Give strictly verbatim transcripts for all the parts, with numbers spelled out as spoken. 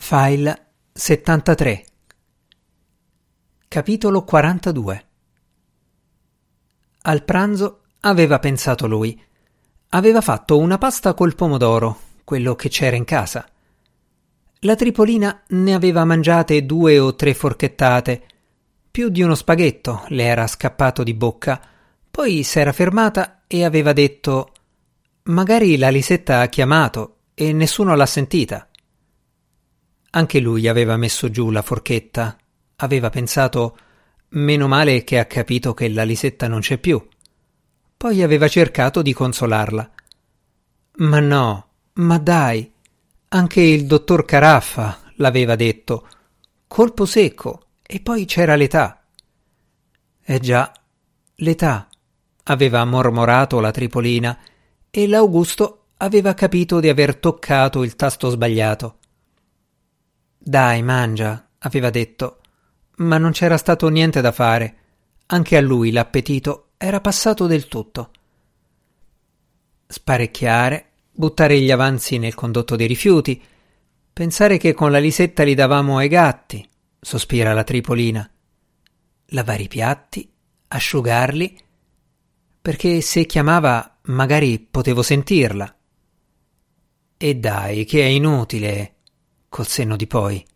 File settantatré. Capitolo quarantadue. Al pranzo aveva pensato lui. Aveva fatto una pasta col pomodoro, quello che c'era in casa. La Tripolina ne aveva mangiate due o tre forchettate. Più di uno spaghetto le era scappato di bocca. Poi s'era fermata e aveva detto: «Magari la Lisetta ha chiamato e nessuno l'ha sentita». Anche lui aveva messo giù la forchetta. Aveva pensato: meno male che ha capito che la Lisetta non c'è più. Poi aveva cercato di consolarla. Ma no, ma dai, anche il dottor Caraffa l'aveva detto. Colpo secco, e poi c'era l'età. Eh già, l'età, aveva mormorato la Tripolina, e l'Augusto aveva capito di aver toccato il tasto sbagliato. Dai, mangia, aveva detto, ma non c'era stato niente da fare. Anche a lui l'appetito era passato del tutto. Sparecchiare, buttare gli avanzi nel condotto dei rifiuti, pensare che con la Lisetta li davamo ai gatti, sospira la Tripolina. Lavare i piatti, asciugarli, perché se chiamava magari potevo sentirla. E dai, che è inutile, col senno di poi.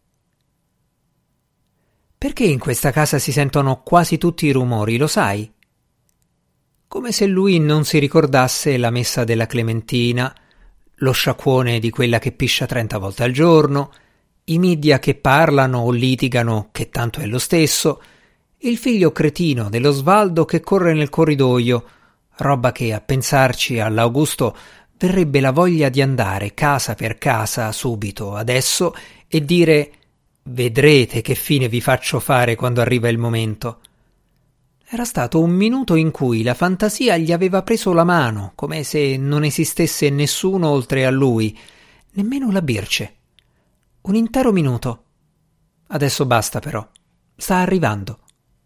Perché in questa casa si sentono quasi tutti i rumori, lo sai? Come se lui non si ricordasse la messa della Clementina, lo sciacquone di quella che piscia trenta volte al giorno, i media che parlano o litigano, che tanto è lo stesso, il figlio cretino dell'Osvaldo che corre nel corridoio, roba che a pensarci all'Augusto verrebbe la voglia di andare casa per casa subito, adesso, e dire: vedrete che fine vi faccio fare quando arriva il momento. Era stato un minuto in cui la fantasia gli aveva preso la mano, come se non esistesse nessuno oltre a lui, nemmeno la Birce. Un intero minuto. Adesso basta però. Sta arrivando.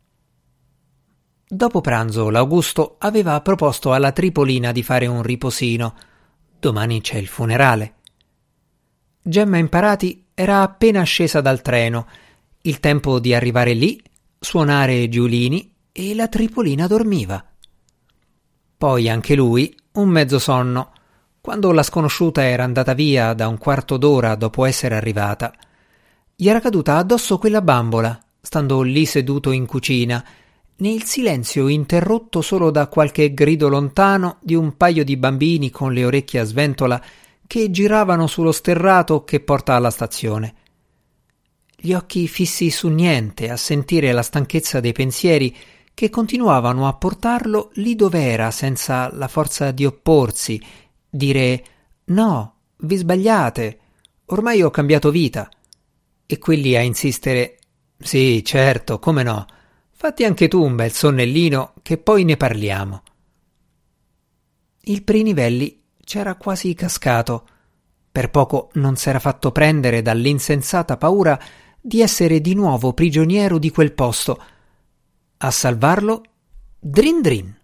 Dopo pranzo l'Augusto aveva proposto alla Tripolina di fare un riposino. Domani c'è il funerale. Gemma Imparati era appena scesa dal treno. Il tempo di arrivare lì, suonare Giulini, e la Tripolina dormiva. Poi anche lui, un mezzo sonno, quando la sconosciuta era andata via da un quarto d'ora dopo essere arrivata. Gli era caduta addosso quella bambola, stando lì seduto in cucina, nel silenzio interrotto solo da qualche grido lontano di un paio di bambini con le orecchie a sventola che giravano sullo sterrato che porta alla stazione. Gli occhi fissi su niente, a sentire la stanchezza dei pensieri che continuavano a portarlo lì dov'era senza la forza di opporsi, dire: no, vi sbagliate, ormai ho cambiato vita, e quelli a insistere: sì, certo, come no, fatti anche tu un bel sonnellino che poi ne parliamo. Il Prinivelli c'era quasi cascato. Per poco non s'era fatto prendere dall'insensata paura di essere di nuovo prigioniero di quel posto. A salvarlo, Drin Drin.